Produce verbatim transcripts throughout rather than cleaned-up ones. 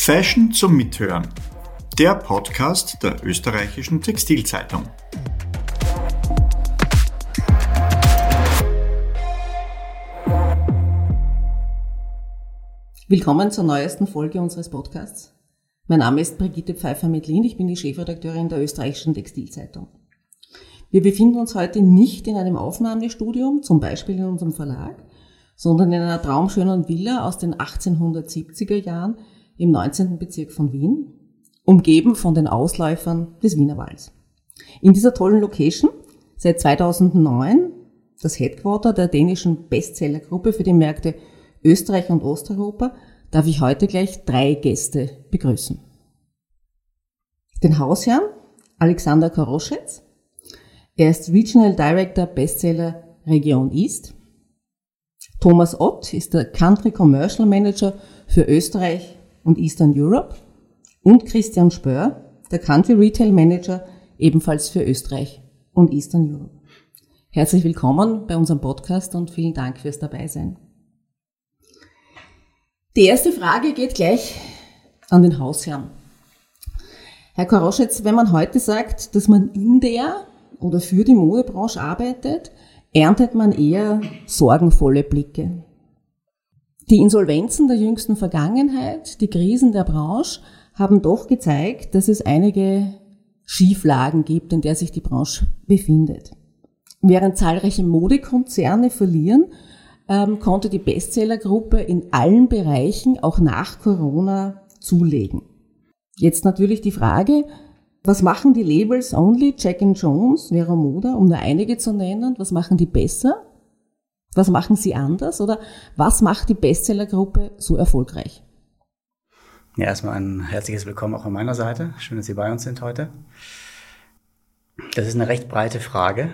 Fashion zum Mithören, der Podcast der österreichischen Textilzeitung. Willkommen zur neuesten Folge unseres Podcasts. Mein Name ist Brigitte Pfeiffer-Medlin, ich bin die Chefredakteurin der österreichischen Textilzeitung. Wir befinden uns heute nicht in einem Aufnahmestudium, zum Beispiel in unserem Verlag, sondern in einer traumschönen Villa aus den achtzehnhundertsiebziger Jahren im neunzehnten Bezirk von Wien, umgeben von den Ausläufern des Wienerwalds. In dieser tollen Location, seit zweitausendneun, das Headquarter der dänischen Bestsellergruppe für die Märkte Österreich und Osteuropa, darf ich heute gleich drei Gäste begrüßen. Den Hausherrn Alexander Koroschetz. Er ist Regional Director Bestseller Region East. Thomas Ott ist der Country Commercial Manager für Österreich und Eastern Europe. Und Christian Spör, der Country Retail Manager ebenfalls für Österreich und Eastern Europe. Herzlich willkommen bei unserem Podcast und vielen Dank fürs Dabeisein. Die erste Frage geht gleich an den Hausherrn. Herr Koroschetz, wenn man heute sagt, dass man in der oder für die Modebranche arbeitet, erntet man eher sorgenvolle Blicke. Die Insolvenzen der jüngsten Vergangenheit, die Krisen der Branche haben doch gezeigt, dass es einige Schieflagen gibt, in der sich die Branche befindet. Während zahlreiche Modekonzerne verlieren, ähm, konnte die Bestsellergruppe in allen Bereichen auch nach Corona zulegen. Jetzt natürlich die Frage, was machen die Labels Only, Jack and Jones, Vero Moda, um nur einige zu nennen? Was machen die besser? Was machen sie anders? Oder was macht die Bestsellergruppe so erfolgreich? Ja, erstmal ein herzliches Willkommen auch von meiner Seite. Schön, dass Sie bei uns sind heute. Das ist eine recht breite Frage.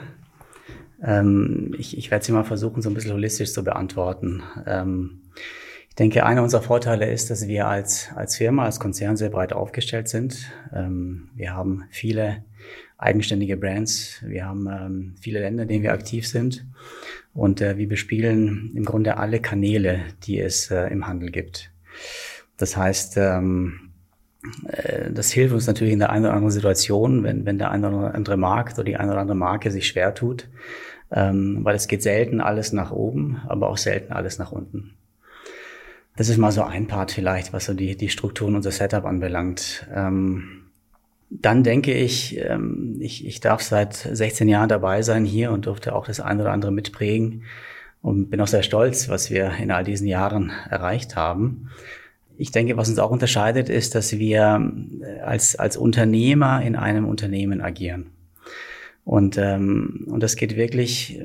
Ähm, ich, ich werde sie mal versuchen, so ein bisschen holistisch zu beantworten. Ähm, ich denke, einer unserer Vorteile ist, dass wir als, als Firma, als Konzern sehr breit aufgestellt sind. Ähm, wir haben viele eigenständige Brands. Wir haben ähm, viele Länder, in denen wir aktiv sind. Und äh, wir bespielen im Grunde alle Kanäle, die es äh, im Handel gibt. Das heißt, ähm, äh, das hilft uns natürlich in der einen oder anderen Situation, wenn, wenn der eine oder andere Markt oder die eine oder andere Marke sich schwer tut. Ähm, weil es geht selten alles nach oben, aber auch selten alles nach unten. Das ist mal so ein Part vielleicht, was so die, die Strukturen unser Setup anbelangt. Ähm, Dann denke ich, ich, ich darf seit sechzehn Jahren dabei sein hier und durfte auch das eine oder andere mitprägen und bin auch sehr stolz, was wir in all diesen Jahren erreicht haben. Ich denke, was uns auch unterscheidet, ist, dass wir als, als Unternehmer in einem Unternehmen agieren. Und, ähm, und das geht wirklich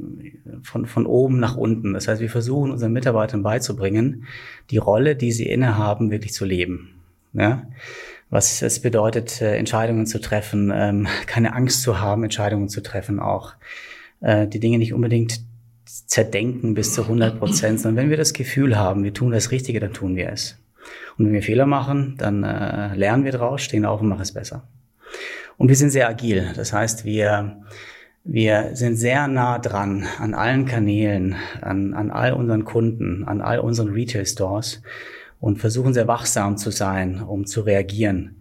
von, von oben nach unten. Das heißt, wir versuchen unseren Mitarbeitern beizubringen, die Rolle, die sie innehaben, wirklich zu leben. Ja? Was es bedeutet, Entscheidungen zu treffen, keine Angst zu haben, Entscheidungen zu treffen auch. Die Dinge nicht unbedingt zerdenken bis zu hundert Prozent, sondern wenn wir das Gefühl haben, wir tun das Richtige, dann tun wir es. Und wenn wir Fehler machen, dann lernen wir draus, stehen auf und machen es besser. Und wir sind sehr agil. Das heißt, wir, wir sind sehr nah dran an allen Kanälen, an, an all unseren Kunden, an all unseren Retail-Stores. Und versuchen sehr wachsam zu sein, um zu reagieren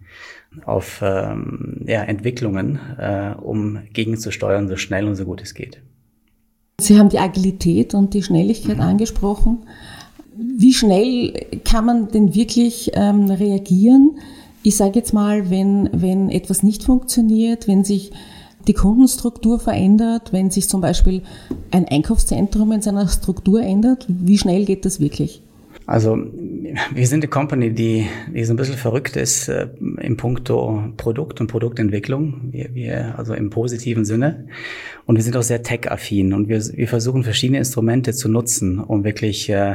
auf ähm, ja, Entwicklungen, äh, um gegenzusteuern, so schnell und so gut es geht. Sie haben die Agilität und die Schnelligkeit mhm. angesprochen. Wie schnell kann man denn wirklich ähm, reagieren? Ich sage jetzt mal, wenn, wenn etwas nicht funktioniert, wenn sich die Kundenstruktur verändert, wenn sich zum Beispiel ein Einkaufszentrum in seiner Struktur ändert, wie schnell geht das wirklich? Also wir sind eine Company, die, die so ein bisschen verrückt ist äh, im Punkto Produkt und Produktentwicklung, wir, wir, also im positiven Sinne. Und wir sind auch sehr tech-affin und wir, wir versuchen verschiedene Instrumente zu nutzen, um wirklich äh,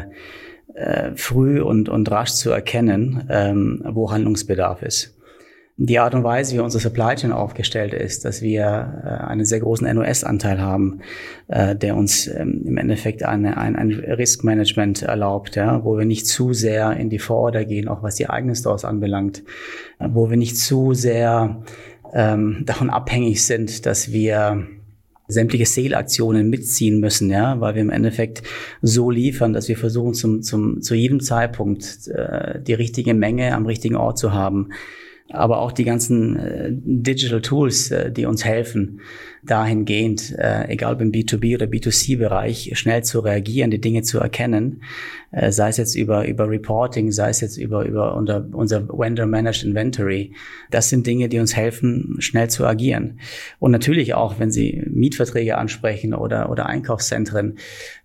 äh, früh und, und rasch zu erkennen, ähm, wo Handlungsbedarf ist. Die Art und Weise, wie unsere Supply Chain aufgestellt ist, dass wir äh, einen sehr großen N O S-Anteil haben, äh, der uns ähm, im Endeffekt eine, ein, ein Risk-Management erlaubt, ja, wo wir nicht zu sehr in die Vororder gehen, auch was die eigenen Stores anbelangt, äh, wo wir nicht zu sehr ähm, davon abhängig sind, dass wir sämtliche Sale-Aktionen mitziehen müssen, ja, weil wir im Endeffekt so liefern, dass wir versuchen, zum, zum, zu jedem Zeitpunkt äh, die richtige Menge am richtigen Ort zu haben. Aber auch die ganzen äh, Digital Tools, äh, die uns helfen, dahingehend, äh, egal im B zwei B oder B zwei C-Bereich, schnell zu reagieren, die Dinge zu erkennen, äh, sei es jetzt über über Reporting, sei es jetzt über über unser, unser Vendor-Managed Inventory. Das sind Dinge, die uns helfen, schnell zu agieren. Und natürlich auch, wenn Sie Mietverträge ansprechen oder oder Einkaufszentren.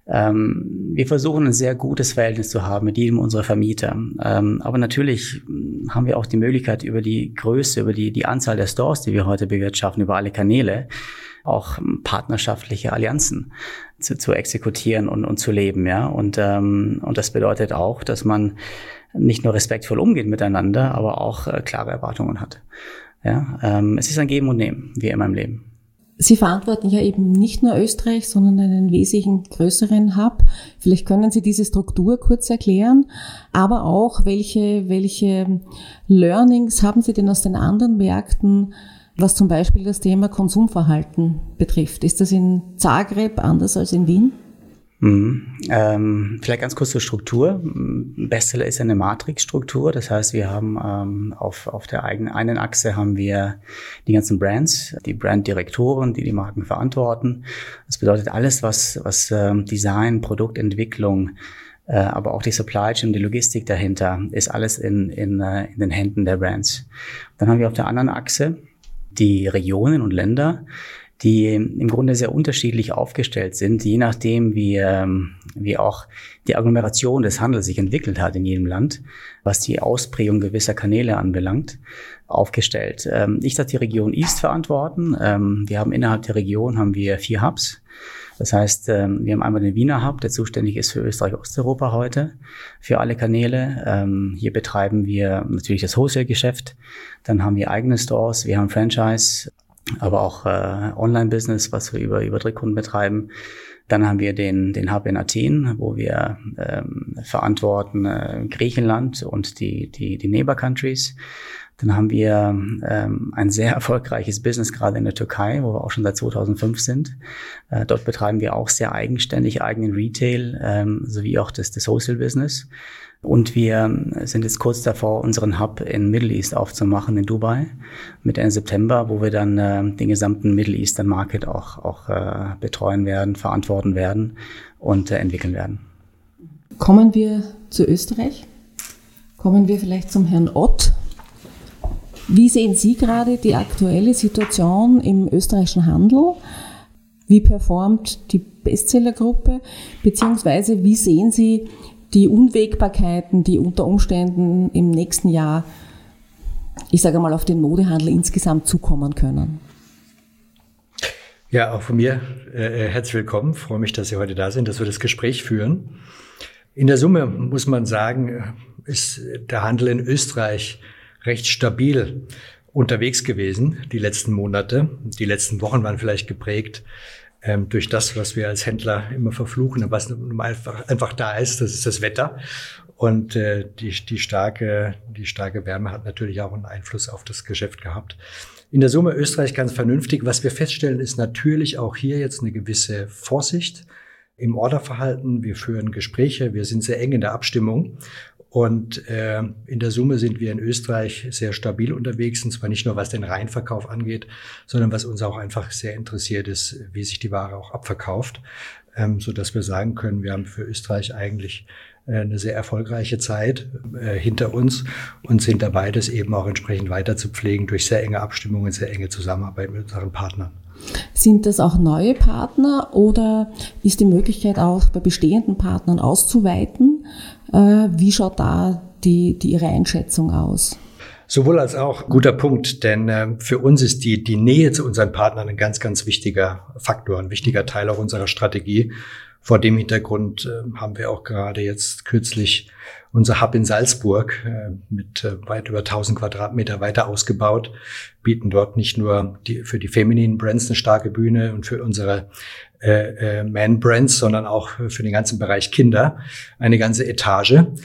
Ähm, wir versuchen ein sehr gutes Verhältnis zu haben mit jedem unserer Vermieter. Ähm, aber natürlich haben wir auch die Möglichkeit, über die Größe, über die, die Anzahl der Stores, die wir heute bewirtschaften, über alle Kanäle, auch partnerschaftliche Allianzen zu, zu exekutieren und, und zu leben, ja. Und, ähm, und das bedeutet auch, dass man nicht nur respektvoll umgeht miteinander, aber auch äh, klare Erwartungen hat. Ja, ähm, es ist ein Geben und Nehmen, wie immer im Leben. Sie verantworten ja eben nicht nur Österreich, sondern einen wesentlichen größeren Hub. Vielleicht können Sie diese Struktur kurz erklären, aber auch, welche, welche Learnings haben Sie denn aus den anderen Märkten, was zum Beispiel das Thema Konsumverhalten betrifft? Ist das in Zagreb anders als in Wien? Mhm. Ähm, vielleicht ganz kurz zur Struktur. Bestseller ist eine Matrix-Struktur. Das heißt, wir haben ähm, auf, auf der eigenen einen Achse haben wir die ganzen Brands, die Branddirektoren, die die Marken verantworten. Das bedeutet alles, was, was ähm, Design, Produktentwicklung, äh, aber auch die Supply Chain, die Logistik dahinter, ist alles in, in, äh, in den Händen der Brands. Dann haben wir auf der anderen Achse die Regionen und Länder, die im Grunde sehr unterschiedlich aufgestellt sind, je nachdem, wie, ähm, wie auch die Agglomeration des Handels sich entwickelt hat in jedem Land, was die Ausprägung gewisser Kanäle anbelangt, aufgestellt. Ähm, ich darf die Region East verantworten. Ähm, wir haben innerhalb der Region haben wir vier Hubs. Das heißt, ähm, wir haben einmal den Wiener Hub, der zuständig ist für Österreich-Osteuropa heute, für alle Kanäle. Ähm, hier betreiben wir natürlich das Wholesale-Geschäft. Dann haben wir eigene Stores, wir haben Franchise, aber auch äh, Online-Business, was wir über, über Drittkunden betreiben. Dann haben wir den, den Hub in Athen, wo wir ähm, verantworten äh, Griechenland und die, die, die Neighbor Countries. Dann haben wir ähm, ein sehr erfolgreiches Business gerade in der Türkei, wo wir auch schon seit zweitausendfünf sind. Äh, dort betreiben wir auch sehr eigenständig eigenen Retail, ähm, sowie auch das, das Wholesale-Business. Und wir sind jetzt kurz davor, unseren Hub in Middle East aufzumachen, in Dubai, mit Ende September, wo wir dann äh, den gesamten Middle Eastern Market auch, auch äh, betreuen werden, verantworten werden und äh, entwickeln werden. Kommen wir zu Österreich. Kommen wir vielleicht zum Herrn Ott. Wie sehen Sie gerade die aktuelle Situation im österreichischen Handel? Wie performt die Bestsellergruppe? Beziehungsweise wie sehen Sie die Unwägbarkeiten, die unter Umständen im nächsten Jahr, ich sage mal, auf den Modehandel insgesamt zukommen können? Ja, auch von mir äh, herzlich willkommen. Ich freue mich, dass Sie heute da sind, dass wir das Gespräch führen. In der Summe muss man sagen, ist der Handel in Österreich recht stabil unterwegs gewesen, die letzten Monate. Die letzten Wochen waren vielleicht geprägt ähm, durch das, was wir als Händler immer verfluchen, was einfach, einfach da ist, das ist das Wetter. Und äh, die, die, starke, die starke Wärme hat natürlich auch einen Einfluss auf das Geschäft gehabt. In der Summe Österreich ganz vernünftig. Was wir feststellen, ist natürlich auch hier jetzt eine gewisse Vorsicht im Orderverhalten. Wir führen Gespräche, wir sind sehr eng in der Abstimmung. Und äh, in der Summe sind wir in Österreich sehr stabil unterwegs, und zwar nicht nur was den Reinverkauf angeht, sondern was uns auch einfach sehr interessiert ist, wie sich die Ware auch abverkauft, ähm, so dass wir sagen können, wir haben für Österreich eigentlich äh, eine sehr erfolgreiche Zeit äh, hinter uns und sind dabei, das eben auch entsprechend weiter zu pflegen durch sehr enge Abstimmungen, sehr enge Zusammenarbeit mit unseren Partnern. Sind das auch neue Partner oder ist die Möglichkeit auch bei bestehenden Partnern auszuweiten? Wie schaut da die, die Ihre Einschätzung aus? Sowohl als auch, guter Punkt, denn äh, für uns ist die, die Nähe zu unseren Partnern ein ganz, ganz wichtiger Faktor, ein wichtiger Teil auch unserer Strategie. Vor dem Hintergrund äh, haben wir auch gerade jetzt kürzlich unser Hub in Salzburg äh, mit äh, weit über tausend Quadratmeter weiter ausgebaut, bieten dort nicht nur die, für die femininen Brands eine starke Bühne und für unsere äh, äh, Man-Brands, sondern auch für den ganzen Bereich Kinder eine ganze Etage.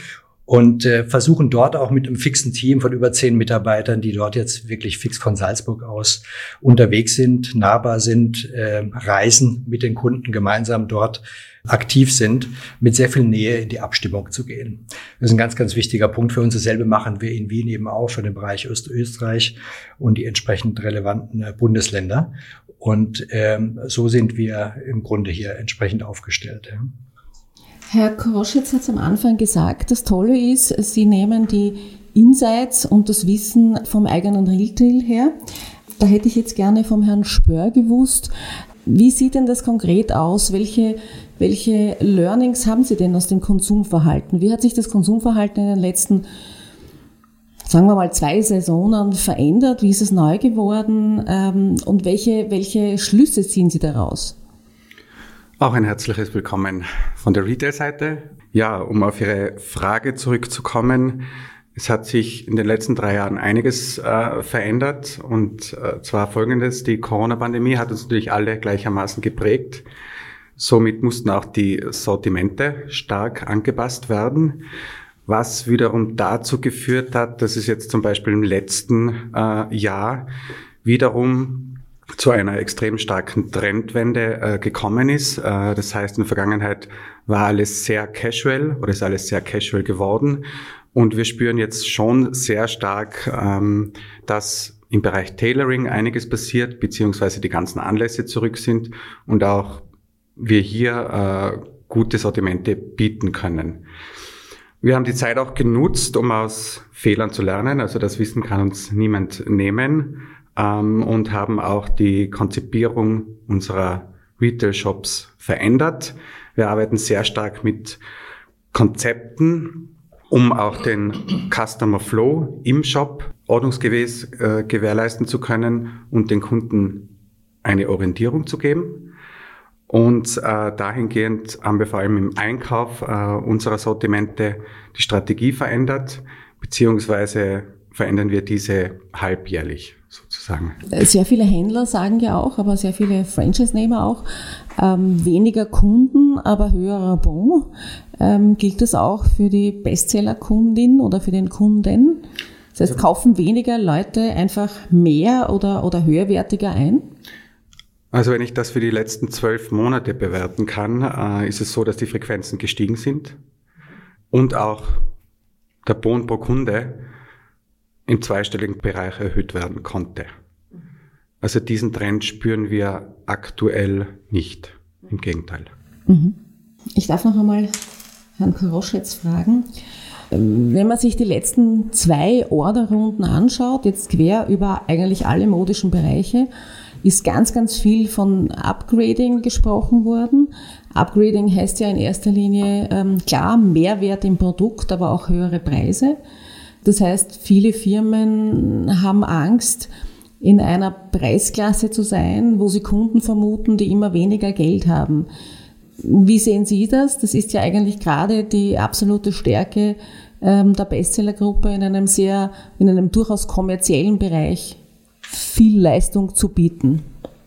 und äh, versuchen dort auch mit einem fixen Team von über zehn Mitarbeitern, die dort jetzt wirklich fix von Salzburg aus unterwegs sind, nahbar sind, äh, reisen mit den Kunden gemeinsam dort aktiv sind, mit sehr viel Nähe in die Abstimmung zu gehen. Das ist ein ganz, ganz wichtiger Punkt für uns. Dasselbe machen wir in Wien eben auch für den Bereich Öst- Österreich und die entsprechend relevanten äh, Bundesländer. Und ähm, so sind wir im Grunde hier entsprechend aufgestellt. Ja. Herr Koroschitz hat es am Anfang gesagt, das Tolle ist, Sie nehmen die Insights und das Wissen vom eigenen Retail her. Da hätte ich jetzt gerne vom Herrn Spör gewusst, wie sieht denn das konkret aus? Welche, welche Learnings haben Sie denn aus dem Konsumverhalten? Wie hat sich das Konsumverhalten in den letzten, sagen wir mal, zwei Saisonen verändert? Wie ist es neu geworden? Und welche, welche Schlüsse ziehen Sie daraus? Auch ein herzliches Willkommen von der Retail-Seite. Ja, um auf Ihre Frage zurückzukommen, es hat sich in den letzten drei Jahren einiges äh, verändert und äh, zwar Folgendes: Die Corona-Pandemie hat uns natürlich alle gleichermaßen geprägt. Somit mussten auch die Sortimente stark angepasst werden, was wiederum dazu geführt hat, dass es jetzt zum Beispiel im letzten äh, Jahr wiederum zu einer extrem starken Trendwende äh, gekommen ist. Äh, das heißt, in der Vergangenheit war alles sehr casual oder ist alles sehr casual geworden. Und wir spüren jetzt schon sehr stark, ähm, dass im Bereich Tailoring einiges passiert, beziehungsweise die ganzen Anlässe zurück sind und auch wir hier äh, gute Sortimente bieten können. Wir haben die Zeit auch genutzt, um aus Fehlern zu lernen. Also das Wissen kann uns niemand nehmen. Und haben auch die Konzipierung unserer Retail-Shops verändert. Wir arbeiten sehr stark mit Konzepten, um auch den Customer Flow im Shop ordnungsgemäß äh, gewährleisten zu können und den Kunden eine Orientierung zu geben. Und äh, dahingehend haben wir vor allem im Einkauf äh, unserer Sortimente die Strategie verändert, beziehungsweise verändern wir diese halbjährlich sozusagen. Sehr viele Händler sagen ja auch, aber sehr viele Franchise-Nehmer auch, ähm, weniger Kunden, aber höherer Bon. Ähm, gilt das auch für die Bestseller-Kundin oder für den Kunden? Das heißt, kaufen weniger Leute einfach mehr oder, oder höherwertiger ein? Also wenn ich das für die letzten zwölf Monate bewerten kann, äh, ist es so, dass die Frequenzen gestiegen sind und auch der Bon pro Kunde im zweistelligen Bereich erhöht werden konnte. Also diesen Trend spüren wir aktuell nicht. Im Gegenteil. Ich darf noch einmal Herrn Koroschitz fragen. Wenn man sich die letzten zwei Orderrunden anschaut, jetzt quer über eigentlich alle modischen Bereiche, ist ganz, ganz viel von Upgrading gesprochen worden. Upgrading heißt ja in erster Linie, ähm, klar, Mehrwert im Produkt, aber auch höhere Preise. Das heißt, viele Firmen haben Angst, in einer Preisklasse zu sein, wo sie Kunden vermuten, die immer weniger Geld haben. Wie sehen Sie das? Das ist ja eigentlich gerade die absolute Stärke ähm, der Bestsellergruppe in einem sehr, in einem durchaus kommerziellen Bereich viel Leistung zu bieten.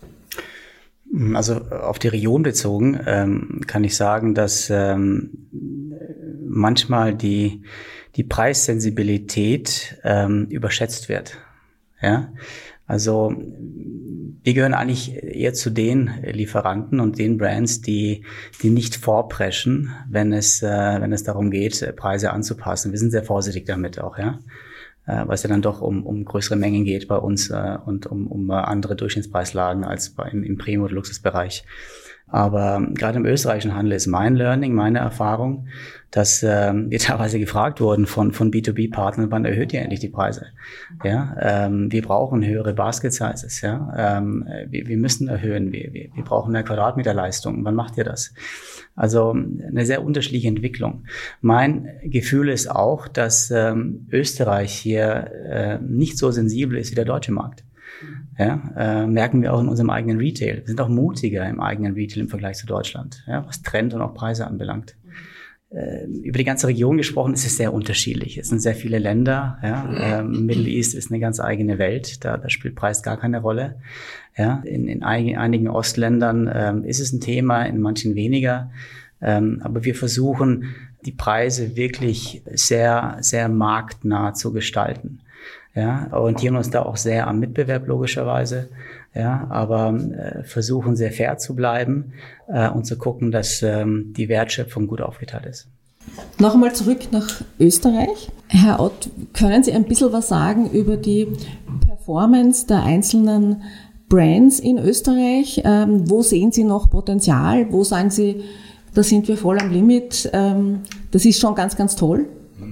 Also auf die Region bezogen ähm, kann ich sagen, dass ähm, manchmal die die Preissensibilität ähm, überschätzt wird. Ja, also wir gehören eigentlich eher zu den Lieferanten und den Brands, die die nicht vorpreschen, wenn es äh, wenn es darum geht, Preise anzupassen. Wir sind sehr vorsichtig damit auch, ja, äh, weil es ja dann doch um um größere Mengen geht bei uns äh, und um um andere Durchschnittspreislagen als bei, im, im Premium- oder Luxusbereich. Aber gerade im österreichischen Handel ist mein Learning, meine Erfahrung, dass ähm, wir teilweise gefragt wurden von von B zwei B-Partnern, wann erhöht ihr endlich die Preise? Ja, ähm, wir brauchen höhere Basket-Sizes, ja, ähm, wir, wir müssen erhöhen, wir, wir, wir brauchen mehr Quadratmeterleistung. Wann macht ihr das? Also eine sehr unterschiedliche Entwicklung. Mein Gefühl ist auch, dass ähm, Österreich hier äh, nicht so sensibel ist wie der deutsche Markt. Ja, äh, merken wir auch in unserem eigenen Retail. Wir sind auch mutiger im eigenen Retail im Vergleich zu Deutschland, ja, was Trend und auch Preise anbelangt. Äh, über die ganze Region gesprochen ist es sehr unterschiedlich. Es sind sehr viele Länder. Ja, äh, Middle East ist eine ganz eigene Welt. Da, da spielt Preis gar keine Rolle. Ja, in, in einigen, einigen Ostländern äh, ist es ein Thema, in manchen weniger. Ähm, aber wir versuchen, die Preise wirklich sehr, sehr marktnah zu gestalten. Ja, orientieren uns da auch sehr am Mitbewerb logischerweise, ja, aber äh, versuchen sehr fair zu bleiben äh, und zu gucken, dass ähm, die Wertschöpfung gut aufgeteilt ist. Noch einmal zurück nach Österreich. Herr Ott, können Sie ein bisschen was sagen über die Performance der einzelnen Brands in Österreich? Ähm, wo sehen Sie noch Potenzial? Wo sagen Sie, da sind wir voll am Limit? Ähm, das ist schon ganz, ganz toll.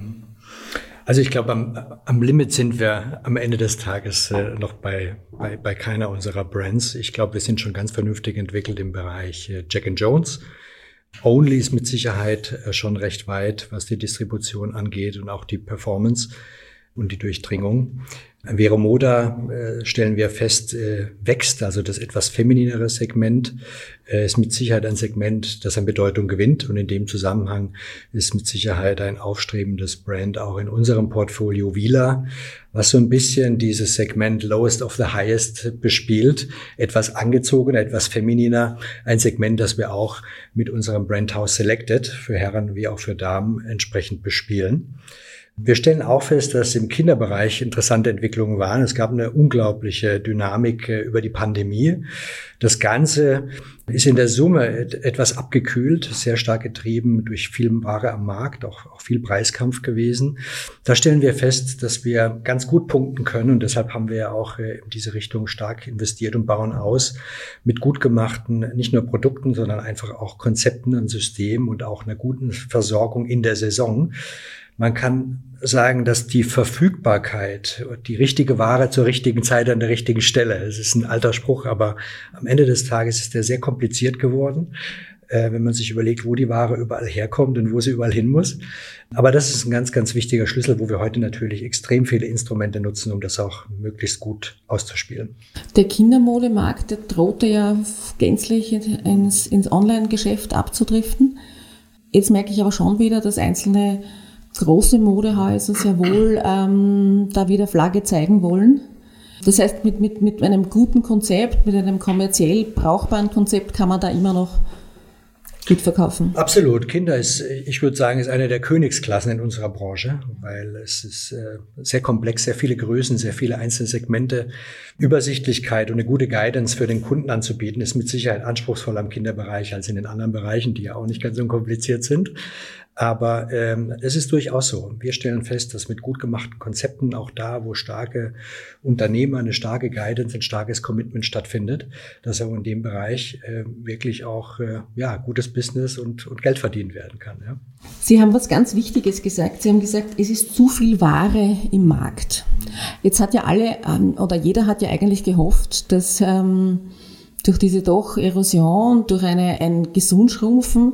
Also ich glaube, am, am Limit sind wir am Ende des Tages äh, noch bei, bei, bei keiner unserer Brands. Ich glaube, wir sind schon ganz vernünftig entwickelt im Bereich äh, Jack and Jones. Only ist mit Sicherheit äh, schon recht weit, was die Distribution angeht und auch die Performance und die Durchdringung. Vero Moda äh, stellen wir fest, äh, wächst, also das etwas femininere Segment äh, ist mit Sicherheit ein Segment, das an Bedeutung gewinnt, und in dem Zusammenhang ist mit Sicherheit ein aufstrebendes Brand auch in unserem Portfolio Vila, was so ein bisschen dieses Segment Lowest of the Highest bespielt, etwas angezogener, etwas femininer, ein Segment, das wir auch mit unserem Brandhaus Selected für Herren wie auch für Damen entsprechend bespielen. Wir stellen auch fest, dass im Kinderbereich interessante Entwicklungen waren. Es gab eine unglaubliche Dynamik über die Pandemie. Das Ganze ist in der Summe etwas abgekühlt, sehr stark getrieben durch viel Ware am Markt, auch, auch viel Preiskampf gewesen. Da stellen wir fest, dass wir ganz gut punkten können, und deshalb haben wir ja auch in diese Richtung stark investiert und bauen aus mit gut gemachten, nicht nur Produkten, sondern einfach auch Konzepten und Systemen und auch einer guten Versorgung in der Saison. Man kann sagen, dass die Verfügbarkeit, die richtige Ware zur richtigen Zeit an der richtigen Stelle, es ist ein alter Spruch, aber am Ende des Tages ist der sehr kompliziert geworden, äh, wenn man sich überlegt, wo die Ware überall herkommt und wo sie überall hin muss. Aber das ist ein ganz, ganz wichtiger Schlüssel, wo wir heute natürlich extrem viele Instrumente nutzen, um das auch möglichst gut auszuspielen. Der Kindermodemarkt, der drohte ja gänzlich ins, ins Online-Geschäft abzudriften. Jetzt merke ich aber schon wieder, dass einzelne große Modehäuser sehr wohl ähm, da wieder Flagge zeigen wollen. Das heißt, mit, mit, mit einem guten Konzept, mit einem kommerziell brauchbaren Konzept kann man da immer noch gut verkaufen. Absolut. Kinder ist, ich würde sagen, ist eine der Königsklassen in unserer Branche, weil es ist äh, sehr komplex, sehr viele Größen, sehr viele einzelne Segmente. Übersichtlichkeit und eine gute Guidance für den Kunden anzubieten, ist mit Sicherheit anspruchsvoller im Kinderbereich als in den anderen Bereichen, die ja auch nicht ganz unkompliziert sind. Aber ähm, es ist durchaus so. Wir stellen fest, dass mit gut gemachten Konzepten, auch da, wo starke Unternehmer, eine starke Guidance, ein starkes Commitment stattfindet, dass auch in dem Bereich äh, wirklich auch äh, ja, gutes Business und, und Geld verdient werden kann. Ja. Sie haben was ganz Wichtiges gesagt. Sie haben gesagt, es ist zu viel Ware im Markt. Jetzt hat ja alle, ähm, oder jeder hat ja eigentlich gehofft, dass ähm, durch diese doch Erosion, durch eine, ein Gesundschrumpfen,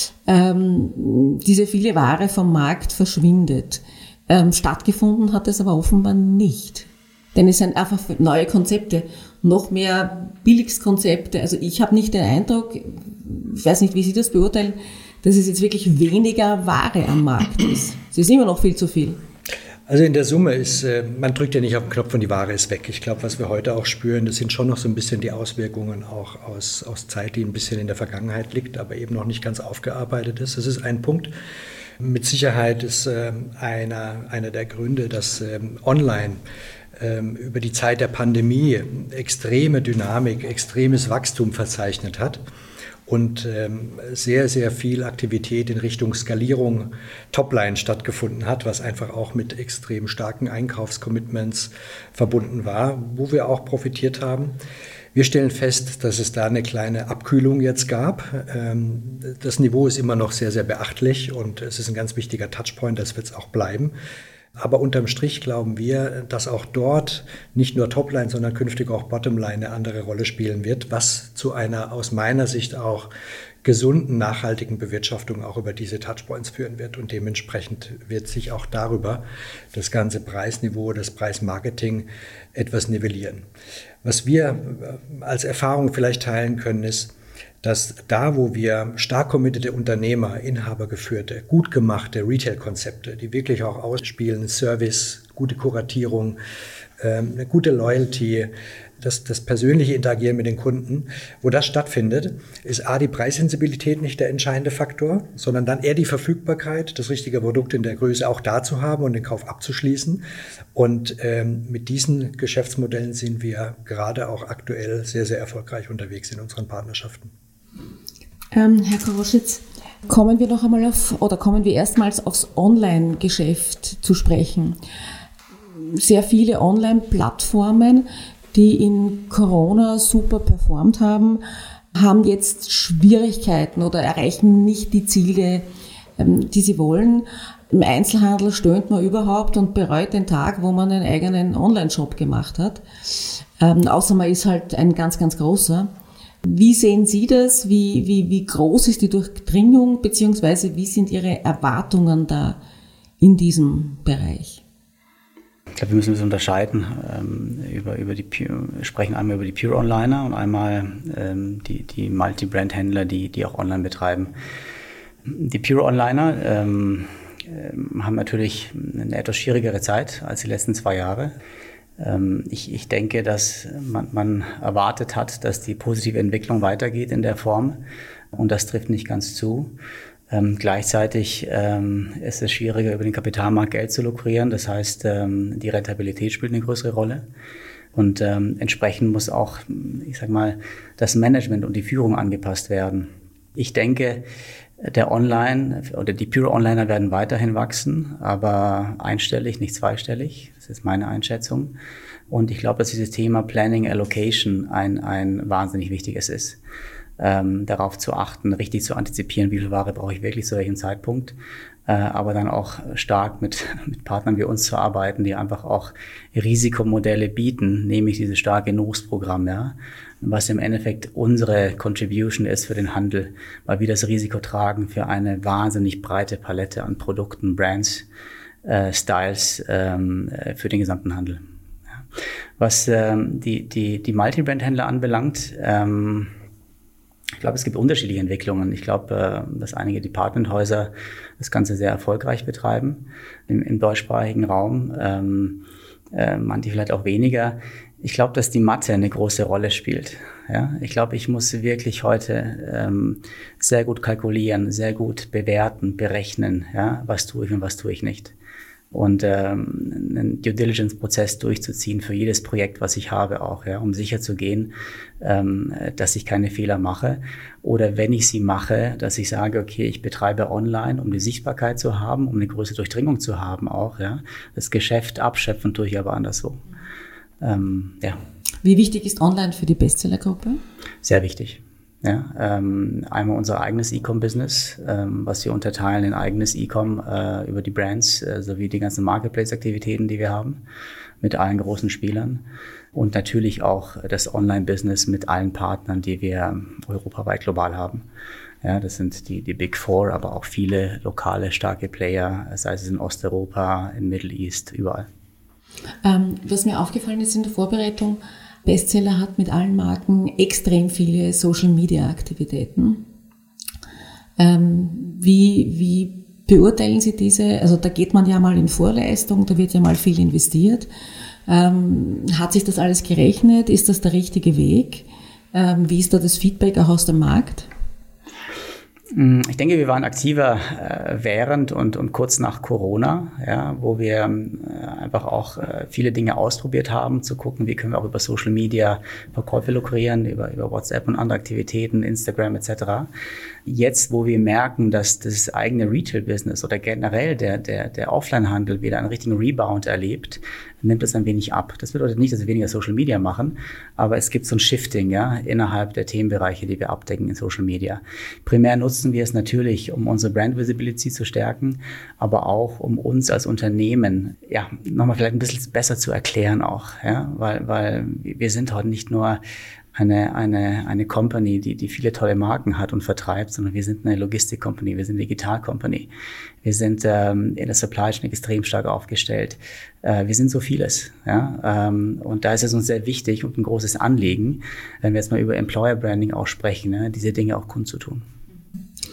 ähm, diese viele Ware vom Markt verschwindet. Ähm, stattgefunden hat es aber offenbar nicht. Denn es sind einfach neue Konzepte, noch mehr Billigskonzepte. Also ich habe nicht den Eindruck, ich weiß nicht, wie Sie das beurteilen, dass es jetzt wirklich weniger Ware am Markt ist. Es ist immer noch viel zu viel. Also in der Summe ist, man drückt ja nicht auf den Knopf und die Ware ist weg. Ich glaube, was wir heute auch spüren, das sind schon noch so ein bisschen die Auswirkungen auch aus, aus Zeit, die ein bisschen in der Vergangenheit liegt, aber eben noch nicht ganz aufgearbeitet ist. Das ist ein Punkt. Mit Sicherheit ist einer, einer der Gründe, dass online über die Zeit der Pandemie extreme Dynamik, extremes Wachstum verzeichnet hat. Und ähm, sehr, sehr viel Aktivität in Richtung Skalierung Topline stattgefunden hat, was einfach auch mit extrem starken Einkaufscommitments verbunden war, wo wir auch profitiert haben. Wir stellen fest, dass es da eine kleine Abkühlung jetzt gab. Ähm, das Niveau ist immer noch sehr, sehr beachtlich und es ist ein ganz wichtiger Touchpoint, das wird es auch bleiben. Aber unterm Strich glauben wir, dass auch dort nicht nur Topline, sondern künftig auch Bottomline eine andere Rolle spielen wird, was zu einer aus meiner Sicht auch gesunden, nachhaltigen Bewirtschaftung auch über diese Touchpoints führen wird. Und dementsprechend wird sich auch darüber das ganze Preisniveau, das Preismarketing etwas nivellieren. Was wir als Erfahrung vielleicht teilen können, ist, dass da, wo wir stark committete Unternehmer, inhabergeführte, gut gemachte Retail-Konzepte, die wirklich auch ausspielen, Service, gute Kuratierung, eine gute Loyalty, das, das persönliche Interagieren mit den Kunden, wo das stattfindet, ist A, die Preissensibilität nicht der entscheidende Faktor, sondern dann eher die Verfügbarkeit, das richtige Produkt in der Größe auch da zu haben und den Kauf abzuschließen. Und ähm, mit diesen Geschäftsmodellen sind wir gerade auch aktuell sehr, sehr erfolgreich unterwegs in unseren Partnerschaften. Ähm, Herr Koroschitz, kommen wir noch einmal auf, oder kommen wir erstmals aufs Online-Geschäft zu sprechen. Sehr viele Online-Plattformen, die in Corona super performt haben, haben jetzt Schwierigkeiten oder erreichen nicht die Ziele, die sie wollen. Im Einzelhandel stöhnt man überhaupt und bereut den Tag, wo man einen eigenen Online-Shop gemacht hat. Ähm, außer man ist halt ein ganz, ganz großer. Wie sehen Sie das? Wie, wie, wie groß ist die Durchdringung, beziehungsweise wie sind Ihre Erwartungen da in diesem Bereich? Ich glaube, wir müssen das unterscheiden. Ähm, über, über die Pure, wir sprechen einmal über die Pure Onliner und einmal ähm, die, die Multi-Brand-Händler, die, die auch online betreiben. Die Pure Onliner ähm, äh, haben natürlich eine etwas schwierigere Zeit als die letzten zwei Jahre. Ähm, ich, ich denke, dass man, man erwartet hat, dass die positive Entwicklung weitergeht in der Form und das trifft nicht ganz zu. Ähm, gleichzeitig ähm, ist es schwieriger, über den Kapitalmarkt Geld zu lukrieren. Das heißt, ähm, die Rentabilität spielt eine größere Rolle. Und ähm, entsprechend muss auch, ich sag mal, das Management und die Führung angepasst werden. Ich denke, der Online oder die Pure Onliner werden weiterhin wachsen, aber einstellig, nicht zweistellig. Das ist meine Einschätzung. Und ich glaube, dass dieses Thema Planning Allocation ein, ein wahnsinnig wichtiges ist. Ähm, darauf zu achten, richtig zu antizipieren, wie viel Ware brauche ich wirklich zu welchem Zeitpunkt, äh, aber dann auch stark mit, mit Partnern wie uns zu arbeiten, die einfach auch Risikomodelle bieten, nämlich dieses starke N O S-Programm, ja, was im Endeffekt unsere Contribution ist für den Handel, weil wir das Risiko tragen für eine wahnsinnig breite Palette an Produkten, Brands, äh, Styles ähm, für den gesamten Handel. Ja. Was ähm, die, die, die Multi-Brand-Händler anbelangt, ähm, ich glaube, es gibt unterschiedliche Entwicklungen. Ich glaube, dass einige Departmenthäuser das Ganze sehr erfolgreich betreiben im, im deutschsprachigen Raum, ähm, äh, manche vielleicht auch weniger. Ich glaube, dass die Mathe eine große Rolle spielt. Ja? Ich glaube, ich muss wirklich heute ähm, sehr gut kalkulieren, sehr gut bewerten, berechnen, ja? Was tue ich und was tue ich nicht. Und ähm, einen Due-Diligence-Prozess durchzuziehen für jedes Projekt, was ich habe auch, ja, um sicher zu gehen, ähm, dass ich keine Fehler mache. Oder wenn ich sie mache, dass ich sage, okay, ich betreibe online, um die Sichtbarkeit zu haben, um eine größere Durchdringung zu haben auch. Ja. Das Geschäft abschöpfen tue ich aber anderswo. Ähm, ja. Wie wichtig ist online für die Bestsellergruppe? Sehr wichtig. Ja, ähm, einmal unser eigenes E-Com-Business, ähm, was wir unterteilen in eigenes E-Com äh, über die Brands äh, sowie die ganzen Marketplace-Aktivitäten, die wir haben mit allen großen Spielern und natürlich auch das Online-Business mit allen Partnern, die wir europaweit global haben. Ja, das sind die, die Big Four, aber auch viele lokale starke Player, sei es in Osteuropa, in Middle East, überall. Ähm, was mir aufgefallen ist in der Vorbereitung, Bestseller hat mit allen Marken extrem viele Social-Media-Aktivitäten. Ähm, wie, wie beurteilen Sie diese? Also da geht man ja mal in Vorleistung, da wird ja mal viel investiert. Ähm, hat sich das alles gerechnet? Ist das der richtige Weg? Ähm, wie ist da das Feedback auch aus dem Markt? Ich denke, wir waren aktiver äh, während und, und kurz nach Corona, ja, wo wir äh, einfach auch äh, viele Dinge ausprobiert haben, zu gucken, wie können wir auch über Social Media Verkäufe lukrieren, über, über WhatsApp und andere Aktivitäten, Instagram et cetera. Jetzt, wo wir merken, dass das eigene Retail-Business oder generell der, der, der Offline-Handel wieder einen richtigen Rebound erlebt, nimmt es ein wenig ab. Das bedeutet nicht, dass wir weniger Social Media machen, aber es gibt so ein Shifting, ja, innerhalb der Themenbereiche, die wir abdecken in Social Media. Primär nutzen wir es natürlich, um unsere Brand Visibility zu stärken, aber auch, um uns als Unternehmen, ja, nochmal vielleicht ein bisschen besser zu erklären auch, ja, weil, weil wir sind heute nicht nur eine, eine, eine Company, die, die viele tolle Marken hat und vertreibt, sondern wir sind eine Logistik-Company, wir sind eine Digital-Company. Wir sind ähm, in der Supply Chain extrem stark aufgestellt. Äh, wir sind so vieles. Ja? Ähm, und da ist es uns sehr wichtig und ein großes Anliegen, wenn wir jetzt mal über Employer Branding auch sprechen, ne? Diese Dinge auch kundzutun.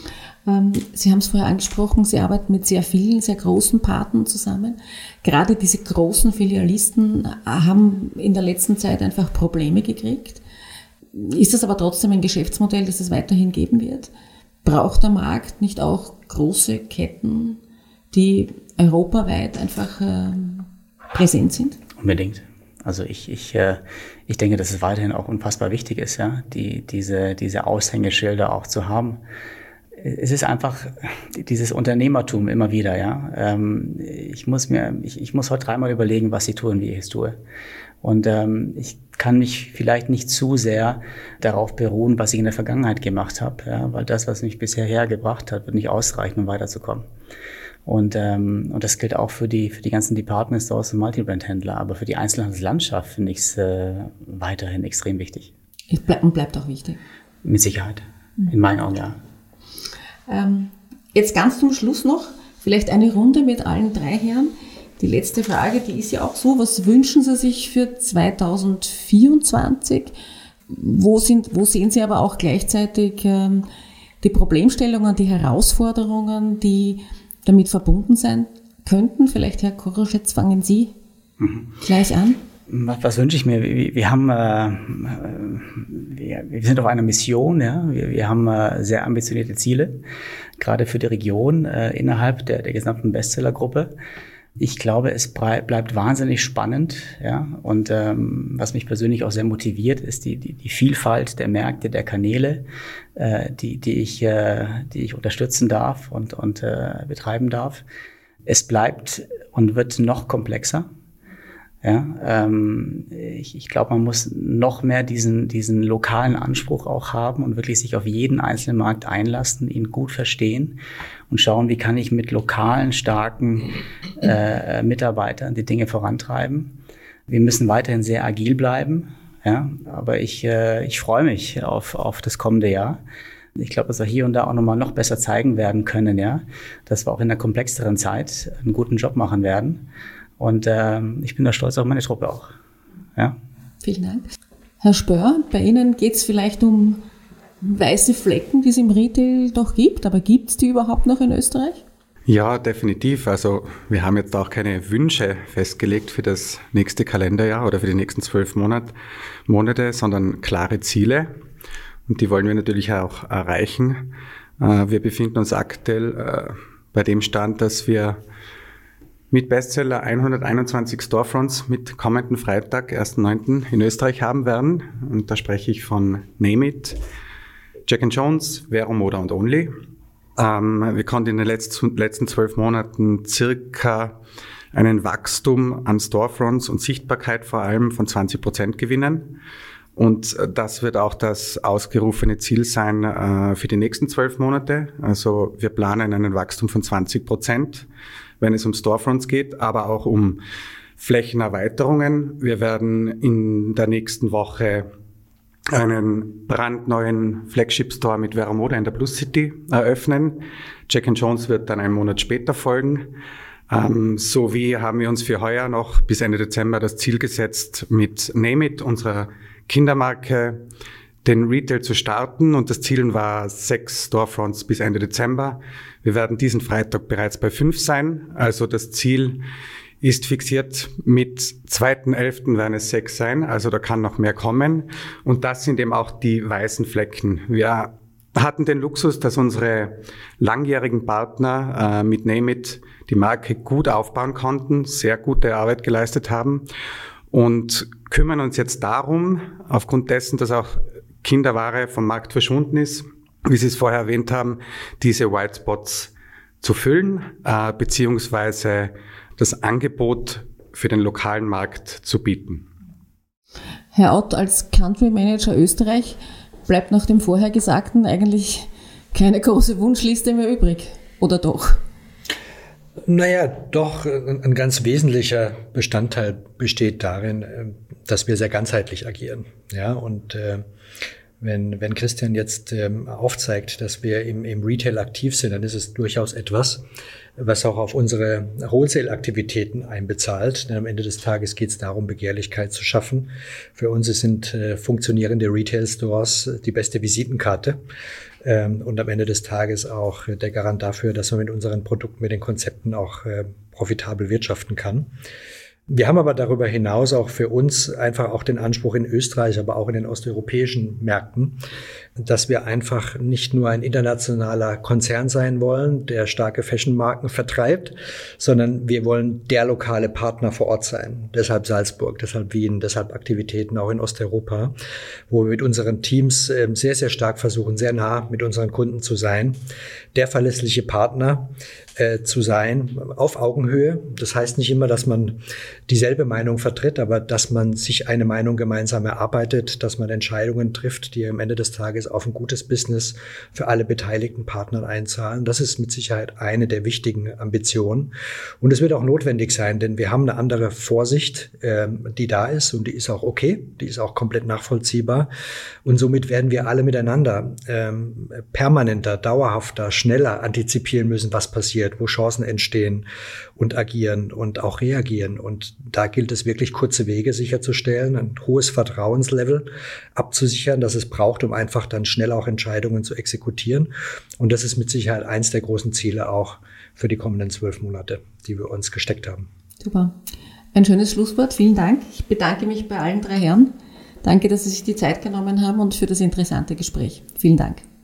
Sie haben es vorher angesprochen, Sie arbeiten mit sehr vielen, sehr großen Partnern zusammen. Gerade diese großen Filialisten haben in der letzten Zeit einfach Probleme gekriegt. Ist das aber trotzdem ein Geschäftsmodell, das es weiterhin geben wird? Braucht der Markt nicht auch große Ketten, die europaweit einfach äh, präsent sind? Unbedingt. Also ich, ich, äh, ich denke, dass es weiterhin auch unfassbar wichtig ist, ja, die, diese, diese Aushängeschilder auch zu haben. Es ist einfach dieses Unternehmertum immer wieder, ja. Ähm, ich muss mir, ich, ich muss heute dreimal überlegen, was ich tue und wie ich es tue. Und ähm, ich kann mich vielleicht nicht zu sehr darauf beruhen, was ich in der Vergangenheit gemacht habe, ja, weil das, was mich bisher hergebracht hat, wird nicht ausreichen, um weiterzukommen. Und und ähm, das gilt auch für die für die ganzen Department Stores und Multibrand-Händler, aber für die Einzelhandelslandschaft finde ich es äh, weiterhin extrem wichtig. Es bleibt und bleibt auch wichtig. Mit Sicherheit, mhm. in meinen Augen, ja. Ähm, jetzt ganz zum Schluss noch, vielleicht eine Runde mit allen drei Herren. Die letzte Frage, die ist ja auch so, was wünschen Sie sich für zwanzig vierundzwanzig? Wo, sind, wo sehen Sie aber auch gleichzeitig ähm, die Problemstellungen, die Herausforderungen, die damit verbunden sein könnten? Vielleicht, Herr Koroschetz, fangen Sie mhm. gleich an. Was, was wünsche ich mir? Wir, wir haben, äh, wir, wir sind auf einer Mission, ja. Wir, wir haben äh, sehr ambitionierte Ziele, gerade für die Region äh, innerhalb der, der gesamten Bestsellergruppe. Ich glaube, es bleibt wahnsinnig spannend, ja. Und ähm, was mich persönlich auch sehr motiviert, ist die, die, die Vielfalt der Märkte, der Kanäle, äh, die, die ich, äh, die ich unterstützen darf und und äh, betreiben darf. Es bleibt und wird noch komplexer. Ja, ähm, ich, ich glaube, man muss noch mehr diesen diesen lokalen Anspruch auch haben und wirklich sich auf jeden einzelnen Markt einlassen, ihn gut verstehen und schauen, wie kann ich mit lokalen, starken äh, Mitarbeitern die Dinge vorantreiben. Wir müssen weiterhin sehr agil bleiben, ja, aber ich äh, ich freue mich auf auf das kommende Jahr. Ich glaube, dass wir hier und da auch nochmal noch besser zeigen werden können, ja, dass wir auch in einer komplexeren Zeit einen guten Job machen werden. Und äh, ich bin da stolz auf meine Truppe auch. Ja. Vielen Dank. Herr Spöhr, bei Ihnen geht es vielleicht um weiße Flecken, die es im Retail doch gibt, aber gibt es die überhaupt noch in Österreich? Ja, definitiv. Also wir haben jetzt auch keine Wünsche festgelegt für das nächste Kalenderjahr oder für die nächsten zwölf Monat, Monate, sondern klare Ziele. Und die wollen wir natürlich auch erreichen. Äh, wir befinden uns aktuell äh, bei dem Stand, dass wir mit Bestseller hunderteinundzwanzig Storefronts mit kommenden Freitag, ersten neunten in Österreich haben werden. Und da spreche ich von Name It, Jack and Jones, Vero Moda und Only. Ähm, wir konnten in den letzten, letzten zwölf Monaten circa einen Wachstum an Storefronts und Sichtbarkeit vor allem von zwanzig Prozent gewinnen. Und das wird auch das ausgerufene Ziel sein äh, für die nächsten zwölf Monate. Also wir planen einen Wachstum von zwanzig Prozent. Wenn es um Storefronts geht, aber auch um Flächenerweiterungen. Wir werden in der nächsten Woche einen brandneuen Flagship-Store mit Vero Moda in der Plus City eröffnen. Jack and Jones wird dann einen Monat später folgen. Ähm, sowie haben wir uns für heuer noch bis Ende Dezember das Ziel gesetzt, mit Name It, unserer Kindermarke, den Retail zu starten, und das Ziel war sechs Storefronts bis Ende Dezember. Wir werden diesen Freitag bereits bei fünf sein. Also das Ziel ist fixiert, mit zweiten elften werden es sechs sein. Also da kann noch mehr kommen. Und das sind eben auch die weißen Flecken. Wir hatten den Luxus, dass unsere langjährigen Partner äh, mit Name It die Marke gut aufbauen konnten, sehr gute Arbeit geleistet haben und kümmern uns jetzt darum, aufgrund dessen, dass auch Kinderware vom Markt verschwunden ist, wie Sie es vorher erwähnt haben, diese White Spots zu füllen, äh, beziehungsweise das Angebot für den lokalen Markt zu bieten. Herr Ott, als Country Manager Österreich bleibt nach dem vorher Gesagten eigentlich keine große Wunschliste mehr übrig, oder doch? Naja, doch, ein ganz wesentlicher Bestandteil besteht darin, dass wir sehr ganzheitlich agieren. Ja, und äh, wenn, wenn Christian jetzt ähm, aufzeigt, dass wir im, im Retail aktiv sind, dann ist es durchaus etwas, was auch auf unsere Wholesale-Aktivitäten einbezahlt. Denn am Ende des Tages geht es darum, Begehrlichkeit zu schaffen. Für uns sind äh, funktionierende Retail-Stores die beste Visitenkarte. ähm, und am Ende des Tages auch der Garant dafür, dass man mit unseren Produkten, mit den Konzepten auch äh, profitabel wirtschaften kann. Wir haben aber darüber hinaus auch für uns einfach auch den Anspruch in Österreich, aber auch in den osteuropäischen Märkten, dass wir einfach nicht nur ein internationaler Konzern sein wollen, der starke Fashion-Marken vertreibt, sondern wir wollen der lokale Partner vor Ort sein. Deshalb Salzburg, deshalb Wien, deshalb Aktivitäten auch in Osteuropa, wo wir mit unseren Teams sehr, sehr stark versuchen, sehr nah mit unseren Kunden zu sein, der verlässliche Partner äh, zu sein, auf Augenhöhe. Das heißt nicht immer, dass man dieselbe Meinung vertritt, aber dass man sich eine Meinung gemeinsam erarbeitet, dass man Entscheidungen trifft, die am Ende des Tages auf ein gutes Business für alle beteiligten Partner einzahlen. Das ist mit Sicherheit eine der wichtigen Ambitionen. Und es wird auch notwendig sein, denn wir haben eine andere Vorsicht, ähm, die da ist und die ist auch okay, die ist auch komplett nachvollziehbar. Und somit werden wir alle miteinander ähm, permanenter, dauerhafter, schneller antizipieren müssen, was passiert, wo Chancen entstehen und agieren und auch reagieren. Und da gilt es wirklich, kurze Wege sicherzustellen, ein hohes Vertrauenslevel abzusichern, das es braucht, um einfach dann schnell auch Entscheidungen zu exekutieren. Und das ist mit Sicherheit eins der großen Ziele auch für die kommenden zwölf Monate, die wir uns gesteckt haben. Super. Ein schönes Schlusswort. Vielen Dank. Ich bedanke mich bei allen drei Herren. Danke, dass Sie sich die Zeit genommen haben und für das interessante Gespräch. Vielen Dank.